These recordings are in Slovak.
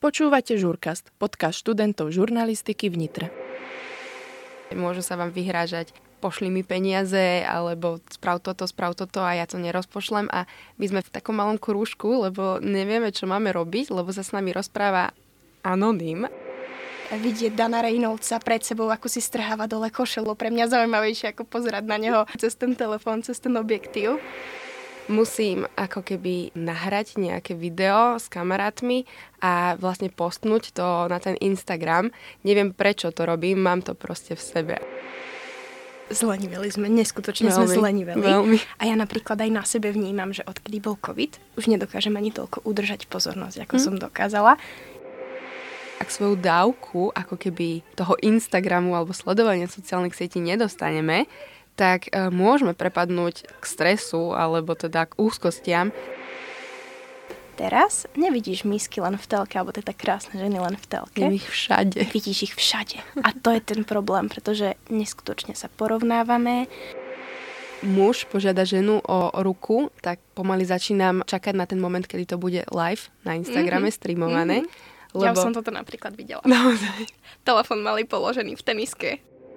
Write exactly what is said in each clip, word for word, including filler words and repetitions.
Počúvate Žurkast, podcast študentov žurnalistiky v Nitre. Môžu sa vám vyhrážať, pošli mi peniaze, alebo sprav toto, sprav toto a ja to nerozpošlem. A my sme v takom malom krúžku, lebo nevieme, čo máme robiť, lebo sa s nami rozpráva anonym. Vidieť Dana Reynoldsa pred sebou, ako si strháva dole košelu, pre mňa zaujímavejšie, ako pozerať na neho cez ten telefón, cez ten objektív. Musím ako keby nahrať nejaké video s kamarátmi a vlastne postnúť to na ten Instagram. Neviem, prečo to robím, mám to proste v sebe. Zleniveli sme, neskutočne veľmi, sme zleniveli. Veľmi. A ja napríklad aj na sebe vnímam, že odkedy bol COVID, už nedokážem ani toľko udržať pozornosť, ako hm. som dokázala. Ak svoju dávku, ako keby toho Instagramu alebo sledovania sociálnych sietí nedostaneme, tak e, môžeme prepadnúť k stresu alebo teda k úzkostiam. Teraz nevidíš misky len v telke, alebo teda krásne ženy len v telke. Vidím ich všade. Vidíš ich všade. A to je ten problém, pretože neskutočne sa porovnávame. Muž požiada ženu o ruku, tak pomaly začínam čakať na ten moment, kedy to bude live na Instagrame, mm-hmm. streamované. Mm-hmm. Lebo... Ja som toto napríklad videla. Naozaj. Telefón mali položený v teniske.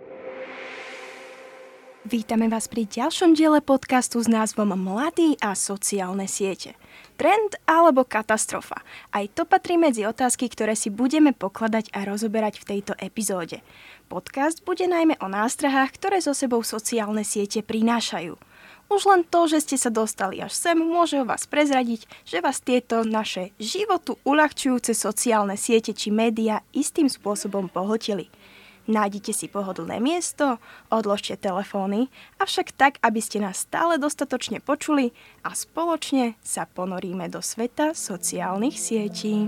Vítame vás pri ďalšom diele podcastu s názvom Mladí a sociálne siete. Trend alebo katastrofa? Aj to patrí medzi otázky, ktoré si budeme pokladať a rozoberať v tejto epizóde. Podcast bude najmä o nástrahách, ktoré so sebou sociálne siete prinášajú. Už len to, že ste sa dostali až sem, môže o vás prezradiť, že vás tieto naše životu uľahčujúce sociálne siete či médiá istým spôsobom pohltili. Nájdite si pohodlné miesto, odložte telefóny, avšak tak, aby ste nás stále dostatočne počuli a spoločne sa ponoríme do sveta sociálnych sietí.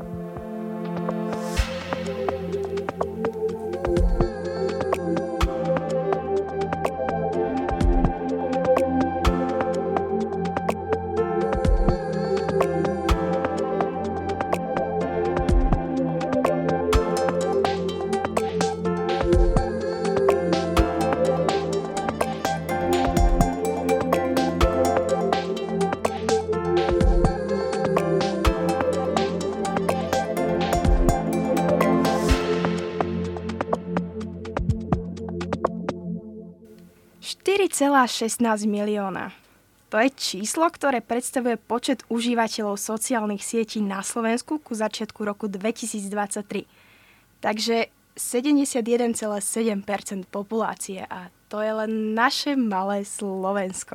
štyri celé šestnásť milióna. To je číslo, ktoré predstavuje počet užívateľov sociálnych sietí na Slovensku ku začiatku roku dvetisícdvadsaťtri. Takže sedemdesiatjeden celá sedem percent populácie a to je len naše malé Slovensko.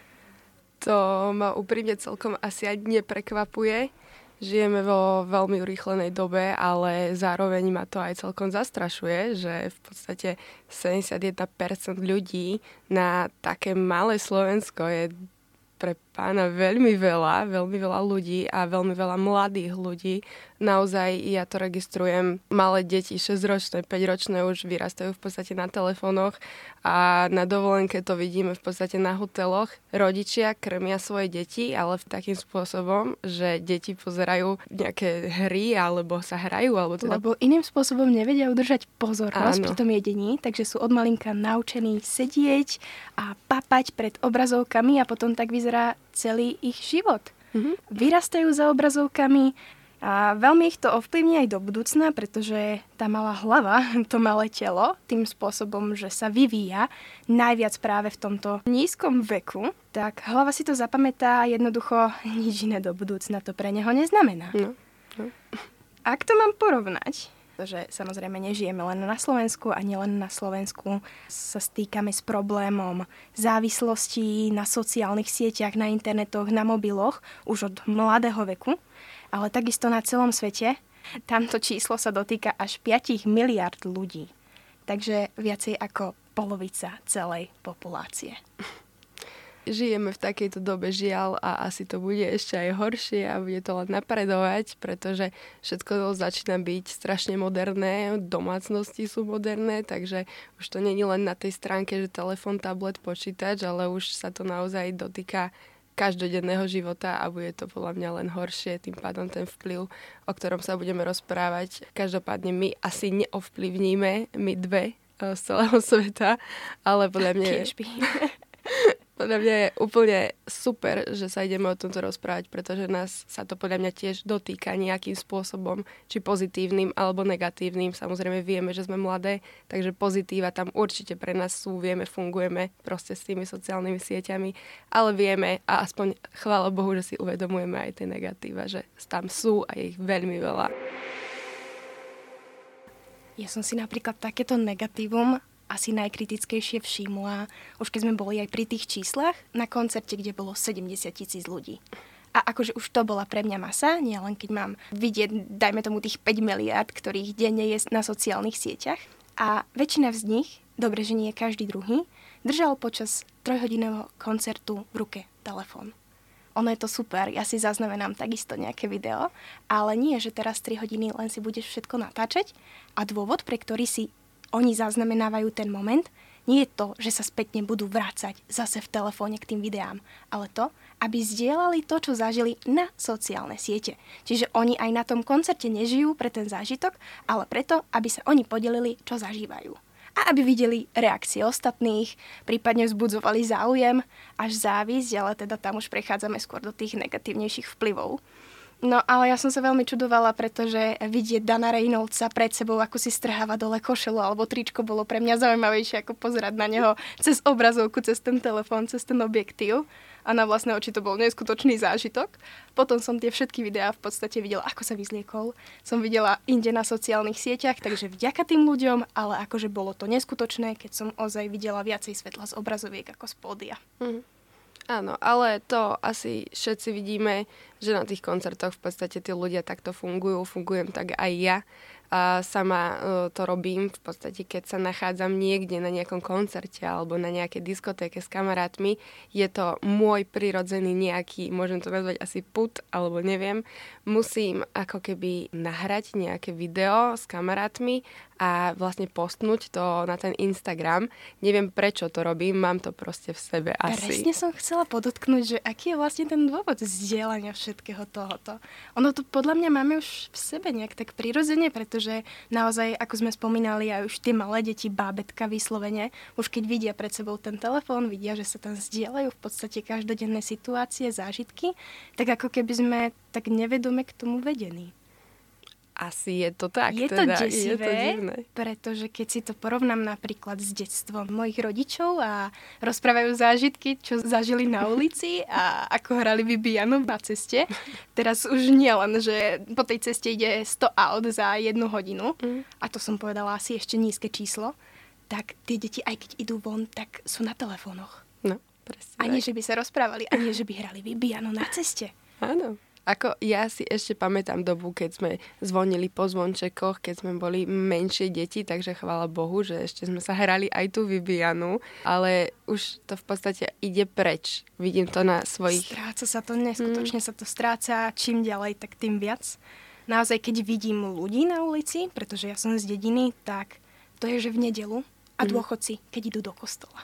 To ma úprimne celkom asi aj neprekvapuje. Žijeme vo veľmi urýchlenej dobe, ale zároveň ma to aj celkom zastrašuje, že v podstate sedemdesiatjeden percent ľudí na také malé Slovensko je pre pána veľmi veľa, veľmi veľa ľudí a veľmi veľa mladých ľudí. Naozaj ja to registrujem. Malé deti, šesťročné, päťročné už vyrastajú v podstate na telefónoch a na dovolenke to vidíme v podstate na hoteloch. Rodičia krmia svoje deti, ale v takým spôsobom, že deti pozerajú nejaké hry alebo sa hrajú. Alebo teda... Lebo iným spôsobom nevedia udržať pozornosť Áno. pri tom jedení, takže sú od malinka naučení sedieť a papať pred obrazovkami a potom tak vyzerá celý ich život. Mm-hmm. Vyrastajú za obrazovkami a veľmi ich to ovplyvní aj do budúcna, pretože tá malá hlava, to malé telo, tým spôsobom, že sa vyvíja najviac práve v tomto nízkom veku, tak hlava si to zapamätá a jednoducho nič iné do budúcna to pre neho neznamená. No, no. Ak to mám porovnať, že samozrejme nežijeme len na Slovensku a nielen na Slovensku sa stýkame s problémom závislostí na sociálnych sieťach, na internetoch, na mobiloch už od mladého veku, ale takisto na celom svete. Tamto číslo sa dotýka až päť miliárd ľudí. Takže viacej ako polovica celej populácie. Žijeme v takejto dobe, žiaľ, a asi to bude ešte aj horšie a bude to len napredovať, pretože všetko začína byť strašne moderné, domácnosti sú moderné, takže už to nie je len na tej stránke, že telefón, tablet, počítač, ale už sa to naozaj dotýka každodenného života a bude to podľa mňa len horšie, tým pádom ten vplyv, o ktorom sa budeme rozprávať. Každopádne my asi neovplyvníme, my dve z celého sveta, ale podľa mňa... Podľa mňa je úplne super, že sa ideme o tomto rozprávať, pretože nás sa to podľa mňa tiež dotýka nejakým spôsobom, či pozitívnym alebo negatívnym. Samozrejme vieme, že sme mladé, takže pozitíva tam určite pre nás sú, vieme, fungujeme proste s tými sociálnymi sieťami, ale vieme a aspoň chvála Bohu, že si uvedomujeme aj tie negatíva, že tam sú a je ich veľmi veľa. Ja som si napríklad takéto negatívum asi najkritickejšie všimla, už keď sme boli aj pri tých číslach, na koncerte, kde bolo sedemdesiat tisíc ľudí. A akože už to bola pre mňa masa, nie len keď mám vidieť, dajme tomu tých päť miliárd, ktorých denne je na sociálnych sieťach. A väčšina z nich, dobre, že nie každý druhý, držal počas trojhodinového koncertu v ruke telefón. Ono je to super, ja si zaznamenám takisto nejaké video, ale nie, že teraz tri hodiny len si budeš všetko natáčať. A dôvod, pre ktorý si oni zaznamenávajú ten moment, nie je to, že sa spätne budú vrácať zase v telefóne k tým videám, ale to, aby zdieľali to, čo zažili na sociálne siete. Čiže oni aj na tom koncerte nežijú pre ten zážitok, ale preto, aby sa oni podelili, čo zažívajú. A aby videli reakcie ostatných, prípadne vzbudzovali záujem, až závisť, ale teda tam už prechádzame skôr do tých negatívnejších vplyvov. No ale ja som sa veľmi čudovala, pretože vidieť Dana Reynoldsa pred sebou, ako si strháva dole košelu alebo tričko, bolo pre mňa zaujímavejšie ako pozerať na neho cez obrazovku, cez ten telefón, cez ten objektív. A na vlastné oči to bol neskutočný zážitok. Potom som tie všetky videá v podstate videla, ako sa vyzliekol. Som videla inde na sociálnych sieťach, takže vďaka tým ľuďom, ale akože bolo to neskutočné, keď som ozaj videla viacej svetla z obrazoviek ako z pódia. Mm. Áno, ale to asi všetci vidíme, že na tých koncertoch v podstate tí ľudia takto fungujú, fungujem tak aj ja. A sama uh, to robím v podstate, keď sa nachádzam niekde na nejakom koncerte alebo na nejakej diskotéke s kamarátmi. Je to môj prirodzený nejaký, môžem to nazvať asi put, alebo neviem. Musím ako keby nahrať nejaké video s kamarátmi a vlastne postnúť to na ten Instagram. Neviem, prečo to robím, mám to proste v sebe asi. Presne som chcela podotknúť, že aký je vlastne ten dôvod zdieľania všetkého tohoto. Ono to podľa mňa máme už v sebe nejak tak prirodzene, pretože naozaj, ako sme spomínali, aj už tie malé deti, bábetka vyslovene, už keď vidia pred sebou ten telefón, vidia, že sa tam zdieľajú v podstate každodenné situácie, zážitky, tak ako keby sme tak nevedome k tomu vedení. Asi je to tak. Je teda, to desivé, je to divné. Pretože keď si to porovnám napríklad s detstvom mojich rodičov a rozprávajú zážitky, čo zažili na ulici a ako hrali vybíjanu na ceste. Teraz už nie len, že po tej ceste ide sto aut za jednu hodinu, mm. a to som povedala asi ešte nízke číslo, tak tie deti, aj keď idú von, tak sú na telefónoch. No, presne. A nie, že by sa rozprávali, a nie, že by hrali vybíjanu na ceste. Áno. Ako ja si ešte pamätám dobu, keď sme zvonili po zvončekoch, keď sme boli menšie deti, takže chvála Bohu, že ešte sme sa hrali aj tú vybíjanu, ale už to v podstate ide preč. Vidím to na svojich... Stráca sa to, neskutočne hmm. sa to stráca, čím ďalej, tak tým viac. Naozaj, keď vidím ľudí na ulici, pretože ja som z dediny, tak to je, že v nedelu a dôchodci, keď idú do kostola.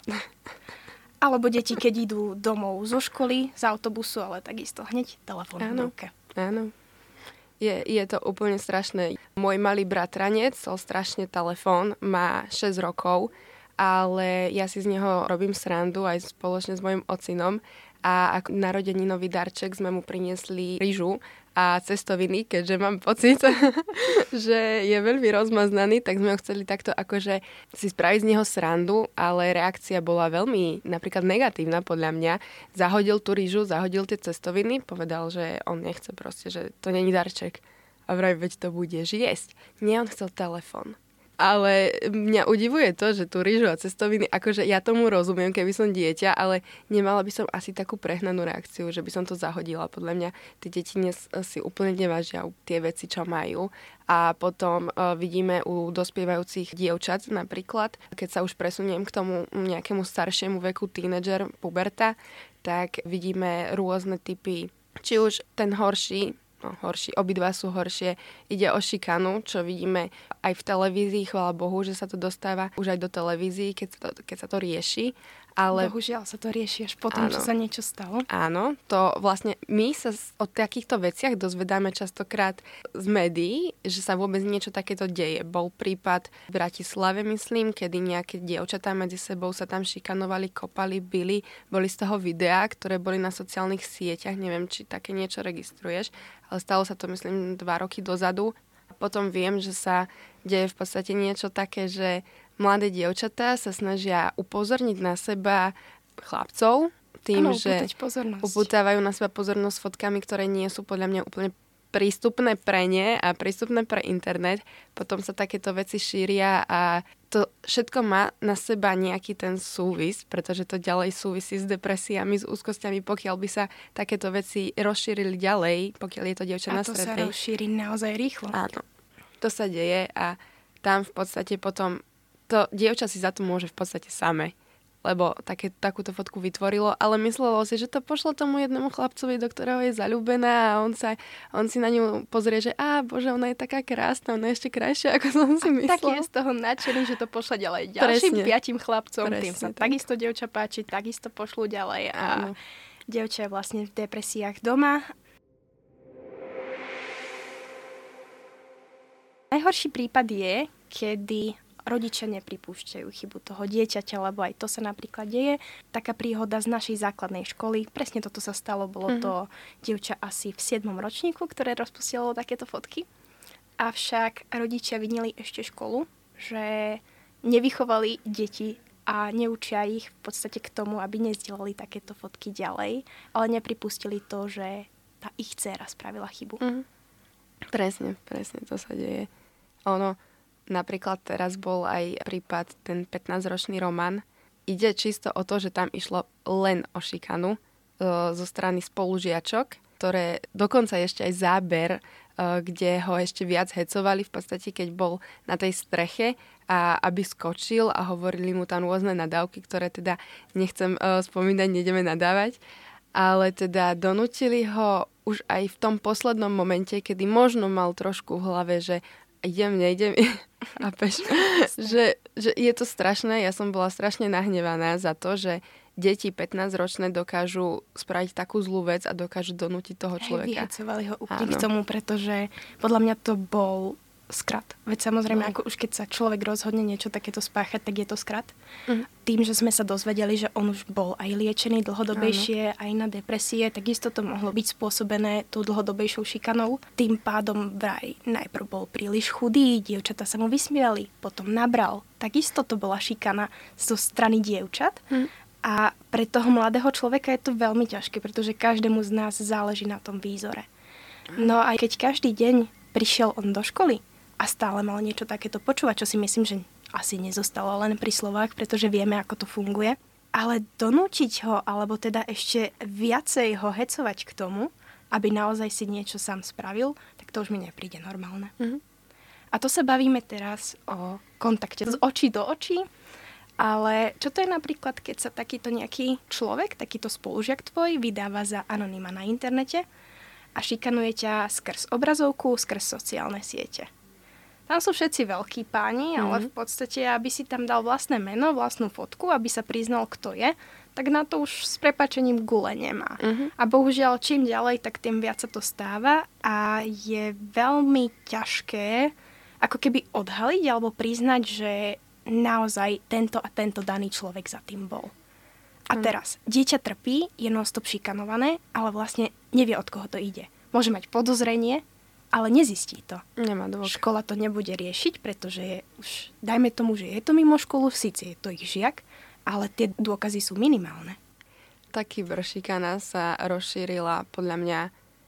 Alebo deti, keď idú domov zo školy, z autobusu, ale takisto hneď telefón v ruke. Áno. Je, je to úplne strašné. Môj malý bratranec mal strašne telefón, má šesť rokov, ale ja si z neho robím srandu aj spoločne s mojim ocinom. A ako narodeninový darček sme mu priniesli ryžu a cestoviny, keďže mám pocit, že je veľmi rozmaznaný, tak sme ho chceli takto akože si spraviť z neho srandu, ale reakcia bola veľmi napríklad negatívna podľa mňa. Zahodil tú ryžu, zahodil tie cestoviny, povedal, že on nechce proste, že to není darček. A vraj, veď to budeš jesť. Nie, on chcel telefón. Ale mňa udivuje to, že tú rýžu a cestoviny, akože ja tomu rozumiem, keby som dieťa, ale nemala by som asi takú prehnanú reakciu, že by som to zahodila. Podľa mňa tie deti dnes si úplne nevážia tie veci, čo majú. A potom uh, vidíme u dospievajúcich dievčat napríklad, keď sa už presuniem k tomu nejakému staršiemu veku, tínedžer, puberta, tak vidíme rôzne typy, či už ten horší, No, horší, obidva sú horšie. Ide o šikanu, čo vidíme aj v televízii, chvála Bohu, že sa to dostáva už aj do televízií, keď sa to, keď sa to rieši. Ale bohužiaľ sa to rieši až potom, áno, čo sa niečo stalo. Áno, to vlastne my sa o takýchto veciach dozvedáme častokrát z médií, že sa vôbec niečo takéto deje. Bol prípad v Bratislave, myslím, kedy nejaké dievčatá medzi sebou sa tam šikanovali, kopali, bili. Boli z toho videá, ktoré boli na sociálnych sieťach. Neviem, či také niečo registruješ, ale stalo sa to, myslím, dva roky dozadu. Potom viem, že sa deje v podstate niečo také, že mladé dievčatá sa snažia upozorniť na seba chlapcov tým, ano, že upútávajú na seba pozornosť fotkami, ktoré nie sú podľa mňa úplne prístupné pre ne a prístupné pre internet. Potom sa takéto veci šíria a to všetko má na seba nejaký ten súvis, pretože to ďalej súvisí s depresiami, s úzkosťami, pokiaľ by sa takéto veci rozšírili ďalej, pokiaľ je to dievča na strednej. A to sa rozšíri naozaj rýchlo. Áno, to sa deje a tam v podstate potom to dievča si za to môže v podstate same, lebo také, takúto fotku vytvorilo, ale myslelo si, že to pošlo tomu jednému chlapcovi, do ktorého je zaľúbená a on, sa, on si na ňu pozrie, že á, bože, ona je taká krásna, ona je ešte krajšia, ako som si myslela. Tak je z toho nadšený, že to pošle ďalej ďalším Presne. piatim chlapcom, Presne, tým sa tak. takisto dievča páči, takisto pošlú ďalej a Áno. dievča je vlastne v depresiách doma. Najhorší prípad je, kedy rodičia nepripúšťajú chybu toho dieťaťa, lebo aj to sa napríklad deje. Taká príhoda z našej základnej školy, presne toto sa stalo, bolo mm-hmm. to dievča asi v siedmom ročníku, ktoré rozposielalo takéto fotky. Avšak rodičia vinili ešte školu, že nevychovali deti a neučia ich v podstate k tomu, aby nezdielali takéto fotky ďalej, ale nepripustili to, že tá ich dcéra spravila chybu. Mm-hmm. Presne, presne, to sa deje. Ono, napríklad teraz bol aj prípad, ten pätnásťročný Roman. Ide čisto o to, že tam išlo len o šikanu e, zo strany spolužiačok, ktoré dokonca ešte aj záber, e, kde ho ešte viac hecovali v podstate, keď bol na tej streche a aby skočil a hovorili mu tam rôzne nadávky, ktoré teda nechcem e, spomínať, nejdeme nadávať. Ale teda donútili ho už aj v tom poslednom momente, kedy možno mal trošku v hlave, že idem, nejdem, a peš, že, že je to strašné. Ja som bola strašne nahnevaná za to, že deti pätnásťročné dokážu spraviť takú zlú vec a dokážu donútiť toho človeka. Vyhecovali ho úplne k tomu, pretože podľa mňa to bol skrat. Veď samozrejme, no. ako už keď sa človek rozhodne niečo takéto spáchať, tak je to skrat. Uh-huh. Tým, že sme sa dozvedeli, že on už bol aj liečený dlhodobejšie, uh-huh. aj na depresie, tak isto to mohlo byť spôsobené tou dlhodobejšou šikanou. Tým pádom vraj najprv bol príliš chudý, dievčatá sa mu vysmiali, potom nabral. Takisto to bola šikana zo strany dievčat. Uh-huh. A pre toho mladého človeka je to veľmi ťažké, pretože každému z nás záleží na tom výzore. No a keď každý deň prišiel on do školy, a stále mal niečo takéto počúvať, čo si myslím, že asi nezostalo len pri slovách, pretože vieme, ako to funguje. Ale donútiť ho, alebo teda ešte viacej ho hecovať k tomu, aby naozaj si niečo sám spravil, tak to už mi nepríde normálne. Mm-hmm. A to sa bavíme teraz o kontakte z očí do očí, ale čo to je napríklad, keď sa takýto nejaký človek, takýto spolužiak tvoj vydáva za anonyma na internete a šikanuje ťa skrz obrazovku, skrz sociálne siete. Tam sú všetci veľkí páni, ale mm. v podstate, aby si tam dal vlastné meno, vlastnú fotku, aby sa priznal, kto je, tak na to už s prepáčením gule nemá. Mm-hmm. A bohužiaľ, čím ďalej, tak tým viac sa to stáva a je veľmi ťažké ako keby odhaliť alebo priznať, že naozaj tento a tento daný človek za tým bol. A mm. teraz, dieťa trpí, je non-stop šikanované, ale vlastne nevie, od koho to ide. Môže mať podozrenie, ale nezistí to. Nemá dôvod. Škola to nebude riešiť, pretože je už, dajme tomu, že je to mimo školu, síce je to ich žiak, ale tie dôkazy sú minimálne. Taký vršikana sa rozšírila, podľa mňa,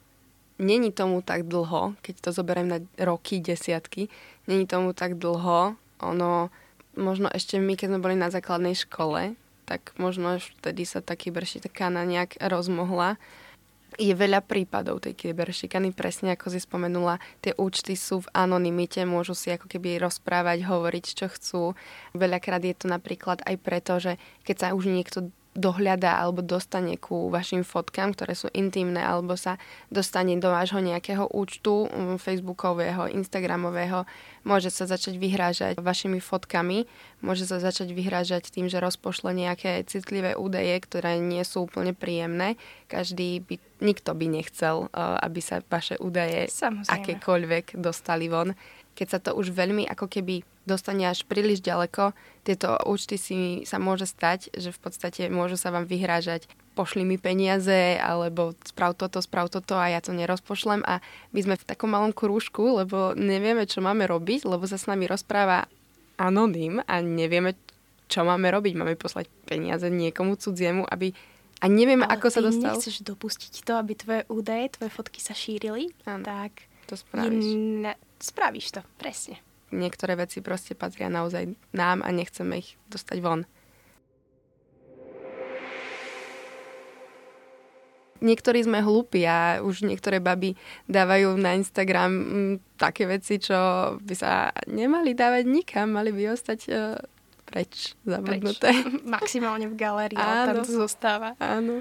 není tomu tak dlho, keď to zoberiem na roky, desiatky, není tomu tak dlho, ono, možno ešte my, keď sme boli na základnej škole, tak možno už vtedy sa taký vršikana nejak rozmohla. Je veľa prípadov tej kyberšikany, presne ako si spomenula, tie účty sú v anonymite, môžu si ako keby rozprávať, hovoriť, čo chcú. Veľakrát je to napríklad aj preto, že keď sa už niekto dohľada alebo dostane ku vašim fotkám, ktoré sú intimné, alebo sa dostane do vášho nejakého účtu facebookového, instagramového, môže sa začať vyhrážať vašimi fotkami, môže sa začať vyhrážať tým, že rozpošle nejaké citlivé údaje, ktoré nie sú úplne príjemné. Každý by, nikto by nechcel, aby sa vaše údaje Samozrejme. akékoľvek dostali von. Keď sa to už veľmi ako keby dostane až príliš ďaleko, tieto účty si sa môže stať, že v podstate môžu sa vám vyhrážať, pošli mi peniaze, alebo sprav toto, sprav toto a ja to nerozpošlem. A my sme v takom malom krúžku, lebo nevieme, čo máme robiť, lebo sa s nami rozpráva anonym a nevieme, čo máme robiť. Máme poslať peniaze niekomu cudziemu, aby a nevieme, ale ako sa dostal. Ale ty nechceš dopustiť to, aby tvoje údaje, tvoje fotky sa šírili, Áno, tak to spravíš. Ne, spravíš to, presne. Niektoré veci proste patria naozaj nám a nechceme ich dostať von. Niektorí sme hlúpi a už niektoré baby dávajú na Instagram m, také veci, čo by sa nemali dávať nikam, mali by ostať uh, preč, zabudnuté. Preč. Maximálne v galérii, ale tam to zostáva. Áno.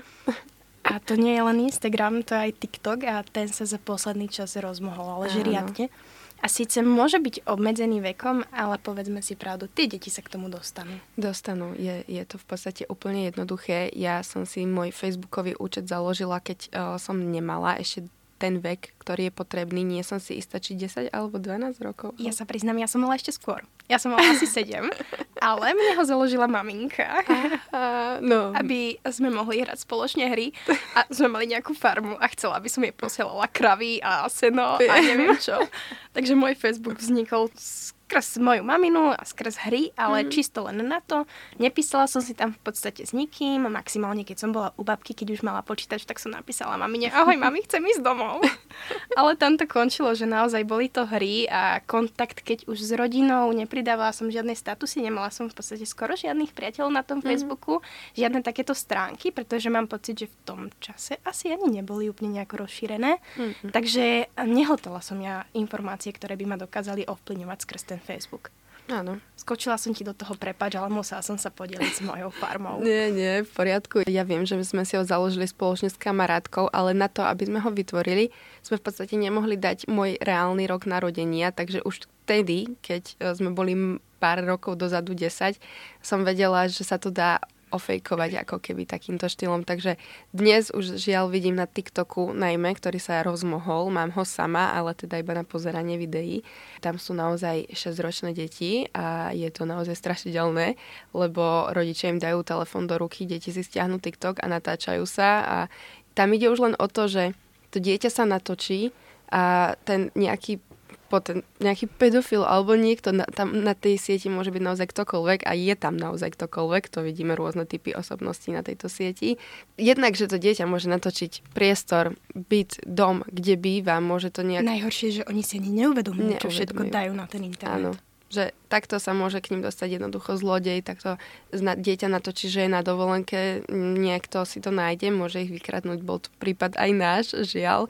A to nie je len Instagram, to je aj TikTok a ten sa za posledný čas rozmohol, ale že riadne. A síce môže byť obmedzený vekom, ale povedzme si pravdu, tie deti sa k tomu dostanú. Dostanú. Je, je to v podstate úplne jednoduché. Ja som si môj facebookový účet založila, keď uh, som nemala ešte ten vek, ktorý je potrebný. Nie som si istá, či desať alebo dvanásť rokov. Ja sa priznám, ja som mala ešte skôr. Ja som mala asi sedem, ale mne ho založila maminka. Aha, no. Aby sme mohli hrať spoločne hry a sme mali nejakú farmu a chcela, aby som jej posielala kravy a seno a neviem čo. Takže môj Facebook vznikol skrz moju maminu a skrz hry, ale mm. čisto len na to. Nepísala som si tam v podstate s nikým. Maximálne, keď som bola u babky, keď už mala počítač, tak som napísala mamine, ahoj mami, chcem ísť domov. Ale tam to končilo, že naozaj boli to hry a kontakt, keď už s rodinou, nepridávala som žiadne statusy, nemala som v podstate skoro žiadnych priateľov na tom mm. Facebooku, žiadne takéto stránky, pretože mám pocit, že v tom čase asi ani neboli úplne nejako rozšírené. Mm. Takže nehltala som ja informácie, ktoré by ma dokázali ovplyvňovať skrz ten Facebook. Áno. Skočila som ti do toho, prepáč, ale musela som sa podeliť s mojou farmou. Nie, nie, v poriadku. Ja viem, že sme si ho založili spoločne s kamarátkou, ale na to, aby sme ho vytvorili, sme v podstate nemohli dať môj reálny rok narodenia, takže už vtedy, keď sme boli pár rokov dozadu, desať, som vedela, že sa to dá ofejkovať ako keby takýmto štýlom. Takže dnes už žiaľ vidím na TikToku najmä, ktorý sa rozmohol. Mám ho sama, ale teda iba na pozeranie videí. Tam sú naozaj šesťročné deti a je to naozaj strašidelné, lebo rodičia im dajú telefón do ruky, deti si stiahnu TikTok a natáčajú sa a tam ide už len o to, že to dieťa sa natočí a ten nejaký Poten, nejaký pedofil alebo niekto na, tam na tej sieti môže byť naozaj ktokoľvek a je tam naozaj ktokoľvek, to vidíme rôzne typy osobností na tejto sieti. Jednak, že to dieťa môže natočiť priestor, byt, dom, kde býva, môže to nejak... Najhoršie, že oni si ani neuvedomujú, čo všetko dajú na ten internet. Áno, že takto sa môže k ním dostať jednoducho zlodej, takto dieťa natočí, že je na dovolenke, niekto si to nájde, môže ich vykradnúť, bol to prípad aj náš, žiaľ.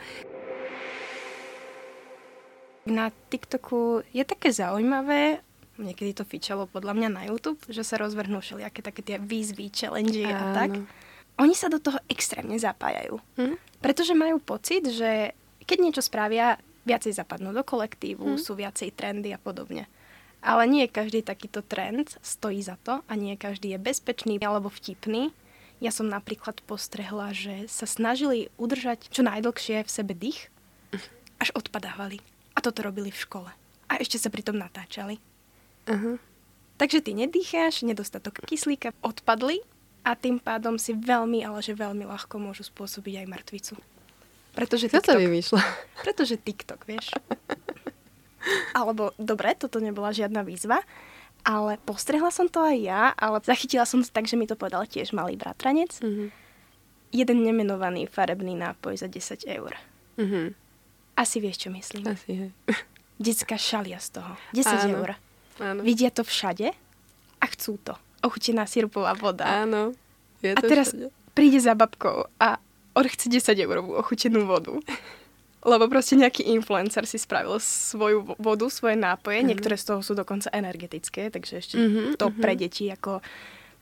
Na TikToku je také zaujímavé, niekedy to fičalo podľa mňa na YouTube, že sa rozvrhnú všelijaké také tie výzvy, challenge a tak. Oni sa do toho extrémne zapájajú. Hm? Pretože majú pocit, že keď niečo spravia, viacej zapadnú do kolektívu, hm? sú viacej trendy a podobne. Ale nie každý takýto trend stojí za to a nie každý je bezpečný alebo vtipný. Ja som napríklad postrehla, že sa snažili udržať čo najdlhšie v sebe dých, až odpadávali. A toto robili v škole. A ešte sa pritom natáčali. Uh-huh. Takže ty nedýcháš, nedostatok kyslíka odpadli a tým pádom si veľmi, ale že veľmi ľahko môžu spôsobiť aj mŕtvicu. Pretože TikTok. Čo to vymýšľa? Pretože TikTok, vieš. Alebo, dobre, toto nebola žiadna výzva, ale postrehla som to aj ja, ale zachytila som to tak, že mi to povedal tiež malý bratranec. Uh-huh. Jeden nemenovaný farebný nápoj za desať eur. Uh-huh. Asi vieš, čo myslím. Asi, hej. Decká šalia z toho. desať eur. Áno. Vidia to všade a chcú to. Ochutená sirupová voda. Áno. Je a to teraz všade. Príde za babkou a on chce desať eurovú ochutenú vodu. Lebo proste nejaký influencer si spravil svoju vodu, svoje nápoje. Mm-hmm. Niektoré z toho sú dokonca energetické, takže ešte mm-hmm, to mm-hmm. pre deti ako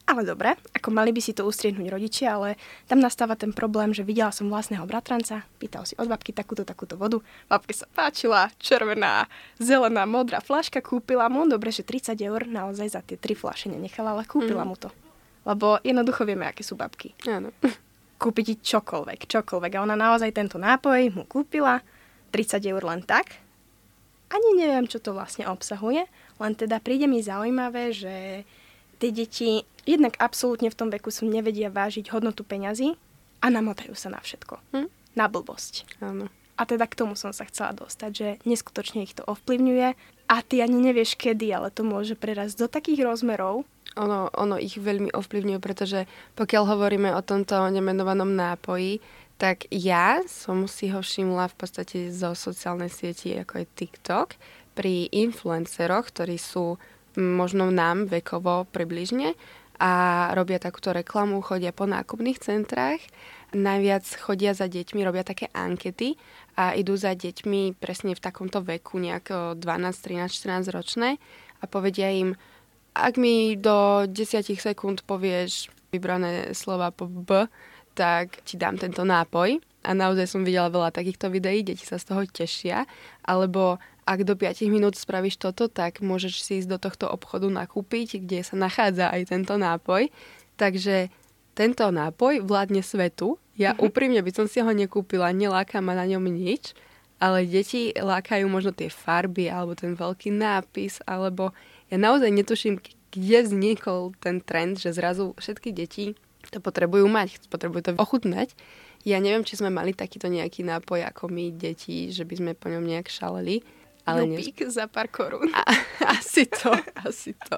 Ale dobre, ako mali by si to ustriednúť rodičia, ale tam nastáva ten problém, že videla som vlastného bratranca, pýtal si od babky takúto, takúto vodu, babke sa páčila, červená, zelená, modrá fľaška, kúpila mu, dobre, že tridsať eur naozaj za tie tri fľaše nenechala, ale kúpila mm. mu to. Lebo jednoducho vieme, aké sú babky. Áno. Kúpiť ti čokoľvek, čokoľvek. A ona naozaj tento nápoj mu kúpila, tridsať eur len tak. Ani neviem, čo to vlastne obsahuje, len teda príde mi zaujímavé, že tie deti jednak absolútne v tom veku sú nevedia vážiť hodnotu peňazí a namotajú sa na všetko. Hm? Na blbosť. Áno. A teda k tomu som sa chcela dostať, že neskutočne ich to ovplyvňuje a ty ani nevieš kedy, ale to môže prerásť do takých rozmerov. Ono, ono ich veľmi ovplyvňuje, pretože pokiaľ hovoríme o tomto nemenovanom nápoji, tak ja som si ho všimla v podstate zo sociálnej sieti, ako je TikTok, pri influenceroch, ktorí sú možno nám vekovo približne a robia takúto reklamu, chodia po nákupných centrách, najviac chodia za deťmi, robia také ankety a idú za deťmi presne v takomto veku, nejak dvanásť, trinásť, štrnásť ročné a povedia im, ak mi do desať sekúnd povieš vybrané slova po B, tak ti dám tento nápoj. A naozaj som videla veľa takýchto videí, deti sa z toho tešia. Alebo ak do päť minút spravíš toto, tak môžeš si ísť do tohto obchodu nakúpiť, kde sa nachádza aj tento nápoj. Takže tento nápoj vládne svetu. Ja úprimne by som si ho nekúpila, neláka ma na ňom nič, ale deti lákajú možno tie farby, alebo ten veľký nápis, alebo ja naozaj netuším, kde vznikol ten trend, že zrazu všetky deti to potrebujú mať, potrebujú to ochutnať. Ja neviem, či sme mali takýto nejaký nápoj ako my, deti, že by sme po ňom nejak šaleli. Ale Jupík ne... za pár korún. A, asi to, asi to.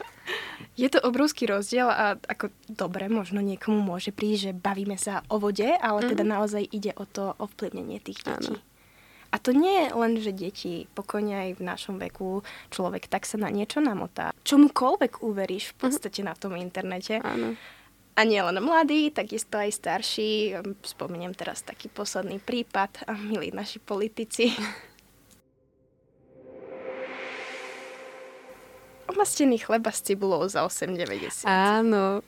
Je to obrovský rozdiel a ako dobre, možno niekomu môže prísť, že bavíme sa o vode, ale mm. teda naozaj ide o to ovplyvnenie tých detí. Áno. A to nie je len, že deti, pokojne aj v našom veku, človek tak sa na niečo namotá. Čomukoľvek uveríš v podstate mm. na tom internete. Áno. A nie len mladí, takisto aj starší. Spomeniem teraz taký posledný prípad, a milí naši politici. Omastený chleba s cibulou za osem deväťdesiat. Áno.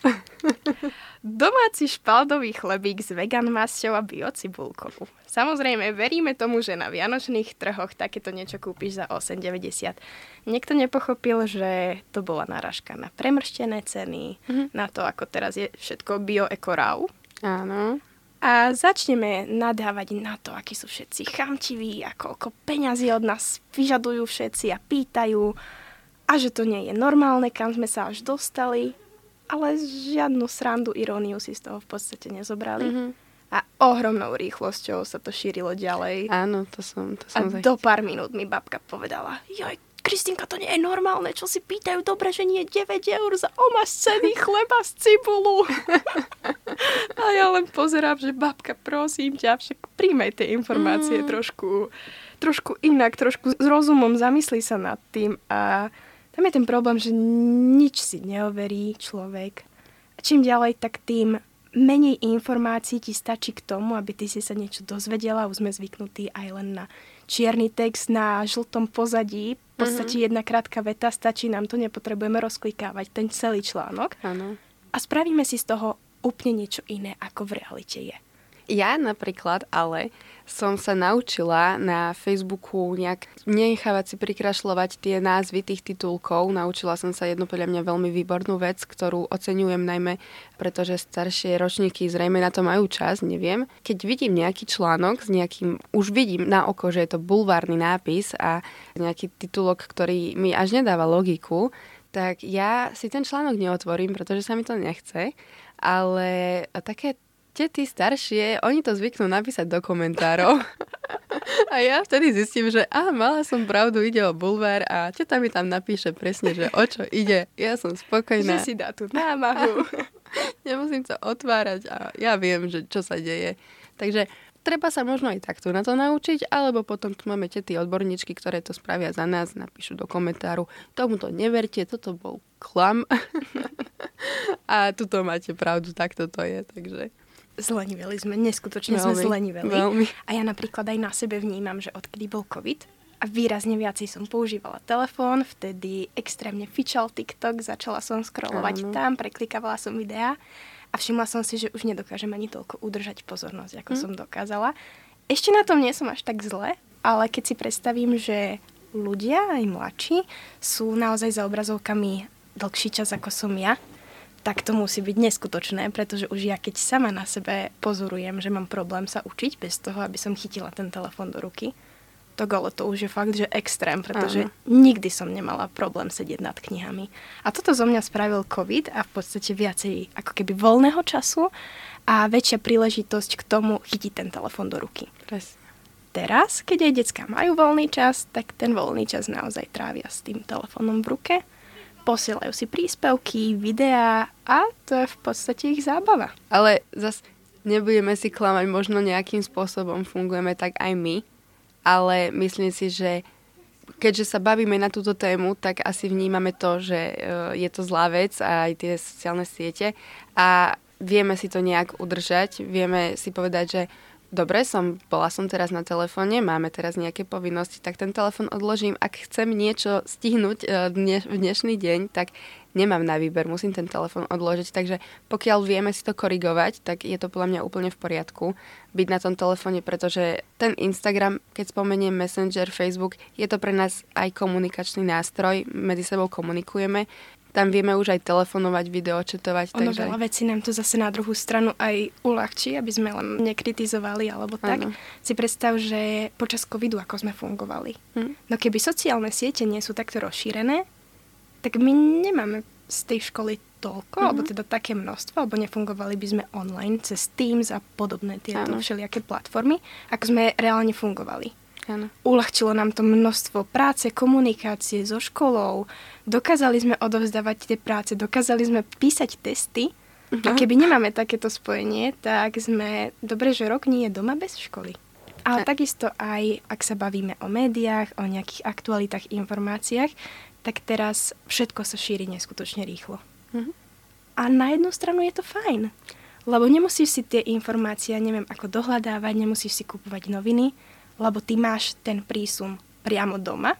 Domáci špaldový chlebík s vegan masťou a biocibulkou. Samozrejme, veríme tomu, že na vianočných trhoch takéto niečo kúpiš za osem deväťdesiat. Niekto nepochopil, že to bola narážka na premrštené ceny, mm-hmm. na to, ako teraz je všetko bio-eko-raw. Áno. A začneme nadávať na to, akí sú všetci chamtiví a koľko peňazí od nás vyžadujú všetci a pýtajú. A že to nie je normálne, kam sme sa až dostali. Ale žiadnu srandu, iróniu si z toho v podstate nezobrali. Mm-hmm. A ohromnou rýchlosťou sa to šírilo ďalej. Áno, to som, to som A zachytila. Do pár minút mi babka povedala, joj, Kristínka, to nie je normálne, čo si pýtajú, dobre, že nie deväť eur za omastený chleba z cibulu. A ja len pozerám, že babka, prosím ťa, však príjmej tie informácie mm. trošku, trošku inak, trošku s rozumom, zamyslí sa nad tým. A tam je ten problém, že nič si neoverí človek. A čím ďalej, tak tým menej informácií ti stačí k tomu, aby ty si sa niečo dozvedela. Už sme zvyknutí aj len na čierny text na žltom pozadí. V podstate mm-hmm. jedna krátka veta, stačí nám to, nepotrebujeme rozklikávať ten celý článok. Áno. A spravíme si z toho úplne niečo iné, ako v realite je. Ja napríklad ale som sa naučila na Facebooku nejak nenechávať si prikrašľovať tie názvy tých titulkov. Naučila som sa jednu podľa mňa veľmi výbornú vec, ktorú oceňujem najmä, pretože staršie ročníky zrejme na to majú čas, neviem. Keď vidím nejaký článok s nejakým, už vidím na oko, že je to bulvárny nápis a nejaký titulok, ktorý mi až nedáva logiku, tak ja si ten článok neotvorím, pretože sa mi to nechce, ale také tety staršie, oni to zvyknú napísať do komentárov. A ja vtedy zistím, že á, mala som pravdu, ide o bulvár a teta mi tam napíše presne, že o čo ide. Ja som spokojná. Že si dá tú námahu. Nemusím sa otvárať a ja viem, že čo sa deje. Takže treba sa možno aj takto na to naučiť, alebo potom tu máme tety odborníčky, ktoré to spravia za nás, napíšu do komentáru, tomuto neverte, toto bol klam. A tuto máte pravdu, takto to je, takže... Zleniveli sme, neskutočne veľmi, sme zleniveli. Veľmi. A ja napríklad aj na sebe vnímam, že odkedy bol COVID, a výrazne viacej som používala telefón, vtedy extrémne fičal TikTok, začala som scrollovať Áno. tam, preklikávala som videá a všimla som si, že už nedokážem ani toľko udržať pozornosť, ako hm. som dokázala. Ešte na tom nie som až tak zle, ale keď si predstavím, že ľudia, aj mladší, sú naozaj za obrazovkami dlhší čas ako som ja, tak to musí byť neskutočné, pretože už ja keď sama na sebe pozorujem, že mám problém sa učiť bez toho, aby som chytila ten telefón do ruky, tak ale to už je fakt, že extrém, pretože Áno. nikdy som nemala problém sedieť nad knihami. A toto zo mňa spravil COVID a v podstate viacej ako keby voľného času a väčšia príležitosť k tomu chytiť ten telefón do ruky. Presne. Teraz, keď aj decká majú voľný čas, tak ten voľný čas naozaj trávia s tým telefónom v ruke. Posielajú si príspevky, videá a to je v podstate ich zábava. Ale zase nebudeme si klamať, možno nejakým spôsobom fungujeme tak aj my, ale myslím si, že keďže sa bavíme na túto tému, tak asi vnímame to, že je to zlá vec a aj tie sociálne siete a vieme si to nejak udržať, vieme si povedať, že dobre, som, bola som teraz na telefóne, máme teraz nejaké povinnosti, tak ten telefón odložím. Ak chcem niečo stihnúť dne, v dnešný deň, tak nemám na výber, musím ten telefón odložiť. Takže pokiaľ vieme si to korigovať, tak je to podľa mňa úplne v poriadku byť na tom telefóne, pretože ten Instagram, keď spomeniem Messenger, Facebook, je to pre nás aj komunikačný nástroj, medzi sebou komunikujeme. Tam vieme už aj telefonovať, videočetovať. Ono takže... veľa vecí nám to zase na druhú stranu aj uľahčí, aby sme len nekritizovali alebo tak. Ano. Si predstav, že počas covidu ako sme fungovali. Hm? No keby sociálne siete nie sú takto rozšírené, tak my nemáme z tej školy toľko, mm-hmm. alebo teda také množstvo, alebo nefungovali by sme online cez Teams a podobné tieto ano. Všelijaké platformy, ako sme reálne fungovali. Ano. Uľahčilo nám to množstvo práce, komunikácie so školou, dokázali sme odovzdávať tie práce, dokázali sme písať testy uh-huh. a keby nemáme takéto spojenie, tak sme, dobre, že rok nie je doma bez školy. Ale a... takisto aj, ak sa bavíme o médiách, o nejakých aktualitách, informáciách, tak teraz všetko sa šíri neskutočne rýchlo. Uh-huh. A na jednu stranu je to fajn, lebo nemusíš si tie informácie, neviem ako dohľadávať, nemusíš si kupovať noviny, lebo ty máš ten prísun priamo doma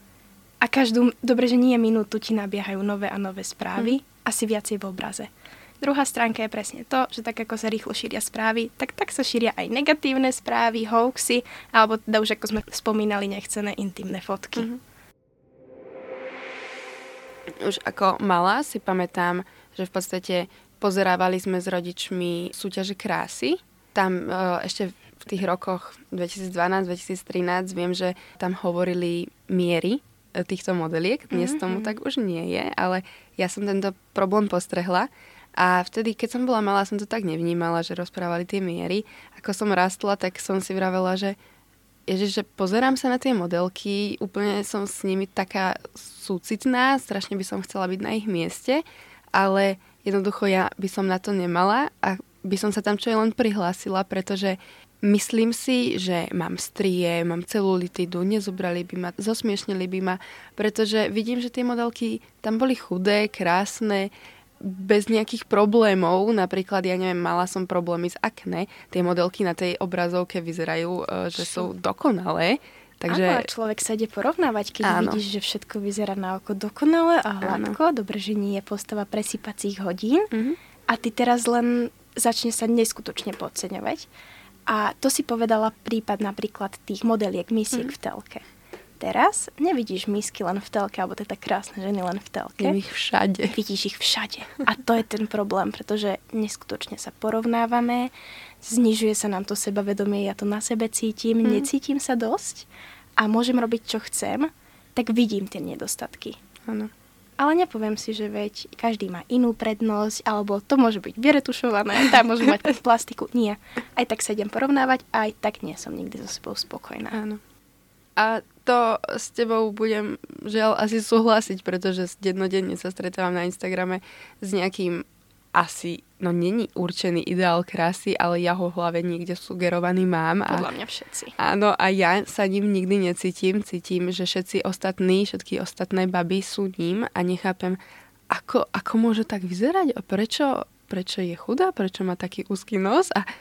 a každú, dobre, že nie minútu ti nabiehajú nové a nové správy, mm. asi viacej v obraze. Druhá stránka je presne to, že tak ako sa rýchlo šíria správy, tak tak sa šíria aj negatívne správy, hoaxy, alebo teda už ako sme spomínali, nechcené intimné fotky. Mm. Už ako malá si pamätám, že v podstate pozerávali sme s rodičmi súťaže krásy. Tam e, ešte v tých rokoch dvetisícdvanásť dvetisíctrinásť viem, že tam hovorili miery týchto modeliek. Dnes mm-hmm. tomu tak už nie je, ale ja som tento problém postrehla a vtedy, keď som bola malá, som to tak nevnímala, že rozprávali tie miery. Ako som rastla, tak som si vravela, že ježiš, že pozerám sa na tie modelky, úplne som s nimi taká súcitná, strašne by som chcela byť na ich mieste, ale jednoducho ja by som na to nemala a by som sa tam čo len prihlásila, pretože myslím si, že mám strie, mám celulitidu, nezobrali by ma, zosmiešnili by ma, pretože vidím, že tie modelky tam boli chudé, krásne, bez nejakých problémov. Napríklad, ja neviem, mala som problémy s akné. Tie modelky na tej obrazovke vyzerajú, že sú dokonalé. Takže... Áno, človek sa ide porovnávať, keď Áno. vidíš, že všetko vyzerá na oko dokonale a hladko. Áno. Dobre, že nie je postava presýpacích hodín. Mm-hmm. A ty teraz len začne sa neskutočne podceňovať. A to si povedala prípad napríklad tých modeliek misiek mm. v telke. Teraz nevidíš misky len v telke, alebo teda krásne ženy len v telke. Vidíš ich všade. Vidíš ich všade. A to je ten problém, pretože neskutočne sa porovnávame, znižuje sa nám to sebavedomie, ja to na sebe cítim, mm. necítim sa dosť a môžem robiť, čo chcem, tak vidím tie nedostatky. Áno. Ale nepoviem si, že veď každý má inú prednosť, alebo to môže byť vyretušované, tam môže mať plastiku. Nie. Aj tak sa idem porovnávať, aj tak nie som nikdy so sebou spokojná. Áno. A to s tebou budem žiaľ asi súhlasiť, pretože dennodenne sa stretávam na Instagrame s nejakým asi, no není určený ideál krásy, ale ja ho v hlave niekde sugerovaný mám. Podľa mňa všetci. Áno, a ja sa ním nikdy necítim. Cítim, že všetci ostatní, všetky ostatné baby sú ním a nechápem, ako, ako môže tak vyzerať? Prečo, prečo je chudá? Prečo má taký úzky nos? A v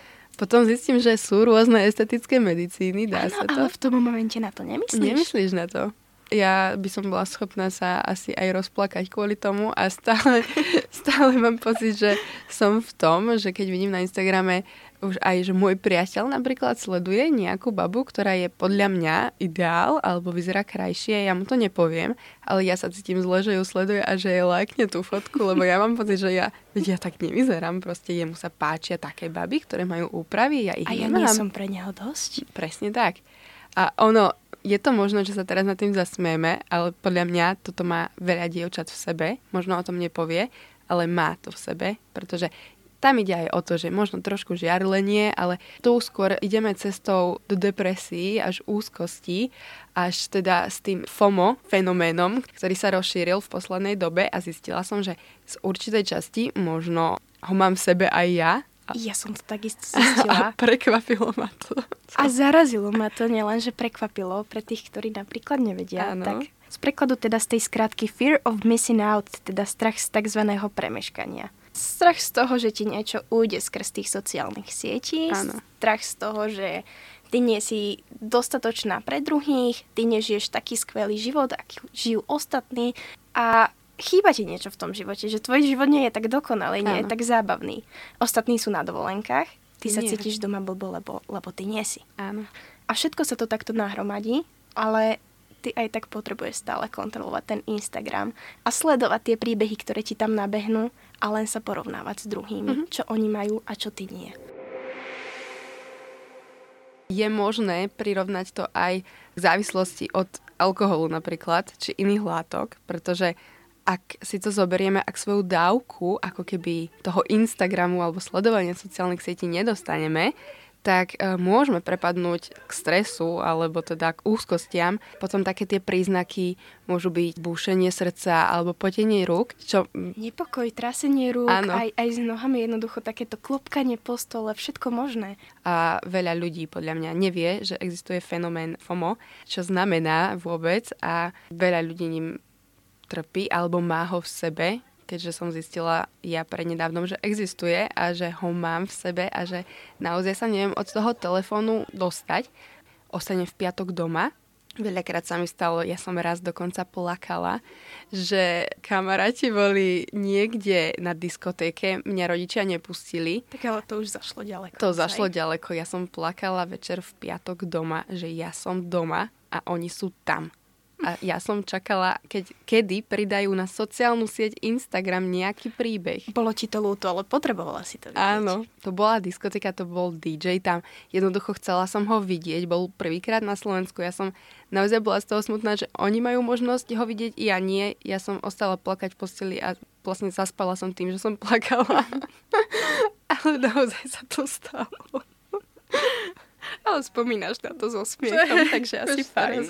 potom zistím, že sú rôzne estetické medicíny, dá ano, sa to. Ale v tom momente na to nemyslíš. Nemyslíš na to. Ja by som bola schopná sa asi aj rozplakať kvôli tomu a stále, stále mám pocit, že som v tom, že keď vidím na Instagrame už aj, že môj priateľ napríklad sleduje nejakú babu, ktorá je podľa mňa ideál alebo vyzerá krajšie, ja mu to nepoviem, ale ja sa cítim zle, že ju sleduje a že je lajkne tú fotku, lebo ja mám pocit, že ja, veď ja tak nevyzerám, proste jemu sa páčia také baby, ktoré majú úpravy, ja ich a ja nemám. nie som pre neho dosť. Presne tak. A ono, je to možno, že sa teraz nad tým zasmieme, ale podľa mňa toto má veľa dievčat v sebe, možno o tom nepovie, ale má to v sebe, pretože tam ide aj o to, že možno trošku žiarlenie, ale tu skôr ideme cestou do depresií až úzkosti, až teda s tým FOMO fenoménom, ktorý sa rozšíril v poslednej dobe a zistila som, že z určitej časti možno ho mám v sebe aj ja. Ja som to takisto zistila. A prekvapilo ma to. A zarazilo ma to, nielen, že prekvapilo pre tých, ktorí napríklad nevedia. Áno. Tak z prekladu teda z tej skratky Fear of Missing Out, teda strach z takzvaného premeškania. Strach z toho, že ti niečo ujde skrz tých sociálnych sietí. Áno. Strach z toho, že ty nie si dostatočná pre druhých, ty nežiješ taký skvelý život, aký žijú ostatní a chýba ti niečo v tom živote, že tvoj život nie je tak dokonalý, nie je tak zábavný. Ostatní sú na dovolenkách, ty sa Nie. cítiš doma blbo, lebo, lebo ty nie si. Áno. A všetko sa to takto nahromadí, ale ty aj tak potrebuješ stále kontrolovať ten Instagram a sledovať tie príbehy, ktoré ti tam nabehnú a len sa porovnávať s druhými, mm-hmm. čo oni majú a čo ty nie. Je možné prirovnať to aj k závislosti od alkoholu napríklad, či iných látok, pretože ak si to zoberieme, ak svoju dávku, ako keby toho Instagramu alebo sledovania sociálnych sietí nedostaneme, tak e, môžeme prepadnúť k stresu alebo teda k úzkostiam. Potom také tie príznaky môžu byť búšenie srdca alebo potenie rúk. Čo... Nepokoj, trasenie rúk, aj, aj s nohami jednoducho takéto klopkanie po stole, všetko možné. A veľa ľudí podľa mňa nevie, že existuje fenomén FOMO, čo znamená vôbec a veľa ľudí ním trpí alebo má ho v sebe, keďže som zistila ja prednedávnom, že existuje a že ho mám v sebe a že naozaj sa neviem od toho telefónu dostať. Ostanem v piatok doma. Veľakrát sa mi stalo, ja som raz dokonca plakala, že kamaráti boli niekde na diskotéke, mňa rodičia nepustili. Tak ale to už zašlo ďaleko. To zašlo ďaleko. Ja som plakala večer v piatok doma, že ja som doma a oni sú tam. A ja som čakala, keď, kedy pridajú na sociálnu sieť Instagram nejaký príbeh. Bolo ti to ľúto, ale potrebovala si to vidieť. Áno, to bola diskotéka, to bol dý džej tam. Jednoducho chcela som ho vidieť, bol prvýkrát na Slovensku. Ja som naozaj bola z toho smutná, že oni majú možnosť ho vidieť, ja nie. Ja som ostala plakať v posteli a vlastne zaspala som tým, že som plakala. Ale naozaj sa to stalo. Ale spomínaš na to so smiechom, takže asi fajn.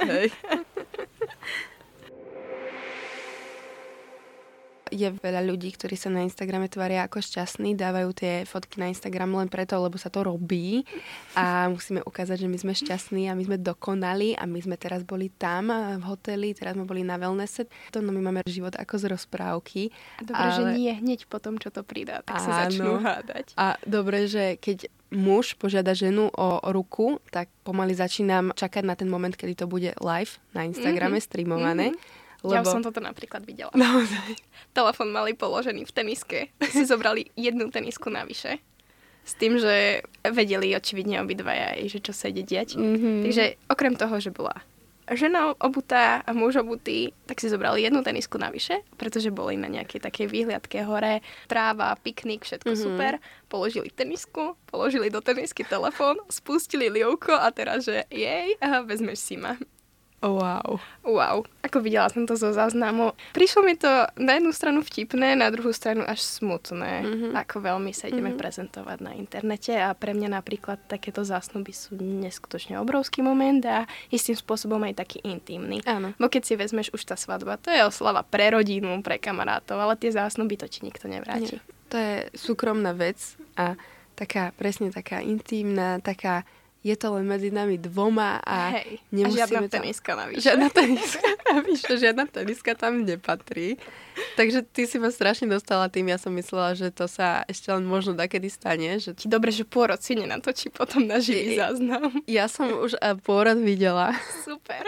Je veľa ľudí, ktorí sa na Instagrame tvária ako šťastní, dávajú tie fotky na Instagram len preto, lebo sa to robí a musíme ukázať, že my sme šťastní a my sme dokonali a my sme teraz boli tam v hoteli, teraz sme boli na wellnesse. To no my máme život ako z rozprávky. Dobre, ale... že nie hneď po tom, čo to pridá, tak Áno. sa začnú hádať. A dobre, že keď muž požiada ženu o ruku, tak pomaly začínam čakať na ten moment, kedy to bude live na Instagrame, mm-hmm. streamované. Mm-hmm. Lebo... Ja som toto napríklad videla. Naozaj. Telefón mali položený v teniske. Si zobrali jednu tenisku navyše. S tým, že vedeli očividne obidvaja, že čo sa ide diať. Mm-hmm. Takže okrem toho, že bola žena obutá a muž obutý, tak si zobrali jednu tenisku navyše, pretože boli na nejakej takej výhliadke hore. Tráva, piknik, všetko mm-hmm. super. Položili tenisku, položili do tenisky telefón, spustili lievko a teraz, že jej, aha, vezmeš si ma. Wow. Wow. Ako videla som to zo záznamu. Prišlo mi to na jednu stranu vtipné, na druhú stranu až smutné. Mm-hmm. Ako veľmi sa ideme mm-hmm. prezentovať na internete a pre mňa napríklad takéto zásnuby sú neskutočne obrovský moment a istým spôsobom aj taký intimný. Áno. Bo keď si vezmeš už tá svadba, to je oslava pre rodinu, pre kamarátov, ale tie zásnuby to ti nikto nevráti. Nie. To je súkromná vec a taká, presne taká intimná, taká je to len medzi nami dvoma a Hej, nemusíme a žiadna tam... teniska navyše. Žiadna teniska navyše, žiadna teniska tam nepatrí. Takže ty si ma strašne dostala tým, ja som myslela, že to sa ešte len možno dakedy stane. Že... Ti dobre, že pôrod si nenatočí potom na živý záznam. Ja som už pôrod videla. Super.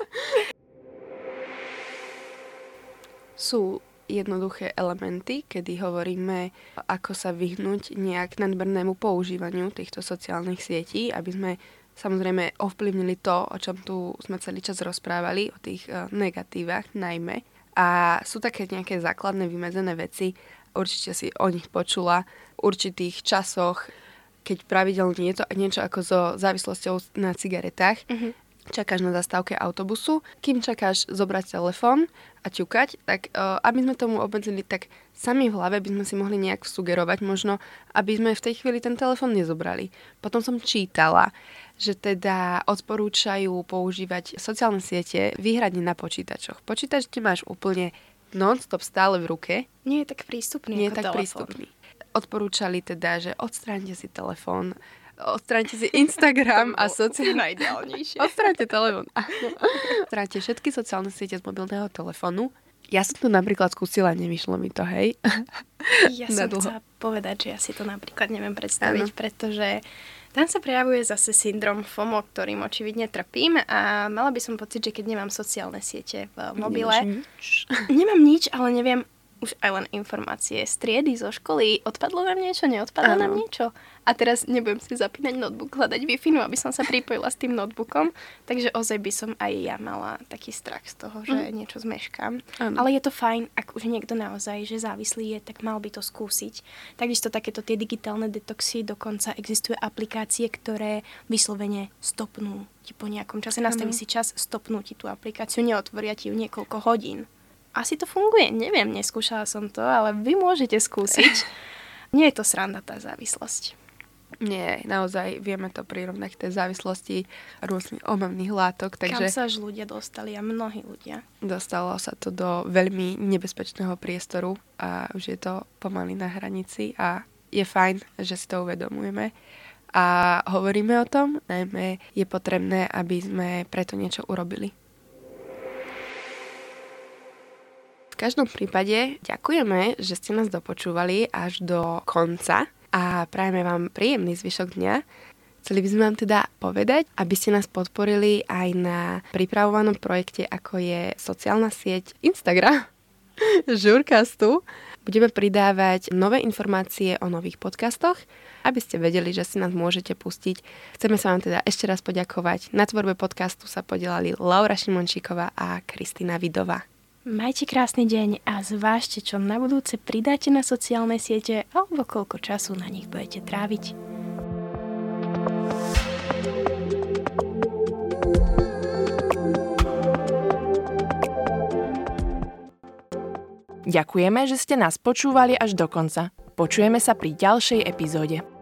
Sú jednoduché elementy, kedy hovoríme, ako sa vyhnúť nejak nadmernému používaniu týchto sociálnych sietí, aby sme samozrejme ovplyvnili to, o čom tu sme celý čas rozprávali, o tých uh, negatívach najmä. A sú také nejaké základné vymedzené veci, určite si o nich počula, v určitých časoch, keď pravidelne je to niečo ako so závislosťou na cigaretách, uh-huh. čakáš na zastávke autobusu, kým čakáš zobrať telefón a ťukať, tak uh, aby sme tomu obmedzili, tak sami v hlave by sme si mohli nejak sugerovať možno, aby sme v tej chvíli ten telefón nezobrali. Potom som čítala, že teda odporúčajú používať sociálne siete výhradne na počítačoch. Počítač ti máš úplne non-stop stále v ruke. Nie je tak prístupný Nie je ako tak telefón. prístupný. Odporúčali teda, že odstráňte si telefón, odstráňte si Instagram a sociálne... najideálnejšie. Odstráňte telefón. Odstráňte všetky sociálne siete z mobilného telefónu. Ja som to napríklad skúsila, nevyšlo mi to, hej. Ja som chcela povedať, že ja si to napríklad neviem predstaviť, ano. Pretože tam sa prejavuje zase syndrom FOMO, ktorým očividne trpím a mala by som pocit, že keď nemám sociálne siete v mobile... Nič. Nemám nič, ale neviem už aj len informácie z triedy, zo školy. Odpadlo nám niečo, neodpadlo ano. nám niečo. A teraz nebudem si zapínať notebook, hľadať Wi-Fi, aby som sa pripojila s tým notebookom. Takže ozaj by som aj ja mala taký strach z toho, že mm. niečo zmeškám. Ano. Ale je to fajn, ak už niekto naozaj, že závislý je, tak mal by to skúsiť. Takisto takéto tie digitálne detoxy, dokonca existujú aplikácie, ktoré vyslovene stopnú ti po nejakom čase. Nastaví si čas, stopnú ti tú aplikáciu, neotvoria ti ju niekoľko hodín. Asi to funguje, neviem, neskúšala som to, ale vy môžete skúsiť. Nie je to sranda tá závislosť. Nie, naozaj vieme to prirovnať k tej závislosti rôznych omamných látok. Takže kam sa až ľudia dostali a mnohí ľudia. Dostalo sa to do veľmi nebezpečného priestoru a už je to pomaly na hranici a je fajn, že si to uvedomujeme. A hovoríme o tom, najmä je potrebné, aby sme preto niečo urobili. V každom prípade ďakujeme, že ste nás dopočúvali až do konca a prajeme vám príjemný zvyšok dňa. Chceli by sme vám teda povedať, aby ste nás podporili aj na pripravovanom projekte, ako je sociálna sieť Instagram Žurkastu. Budeme pridávať nové informácie o nových podcastoch, aby ste vedeli, že si nás môžete pustiť. Chceme sa vám teda ešte raz poďakovať. Na tvorbe podcastu sa podielali Laura Šimončíková a Kristina Vidová. Majte krásny deň a zvážte, čo na budúce pridáte na sociálne siete alebo koľko času na nich budete tráviť. Ďakujeme, že ste nás počúvali až do konca. Počujeme sa pri ďalšej epizóde.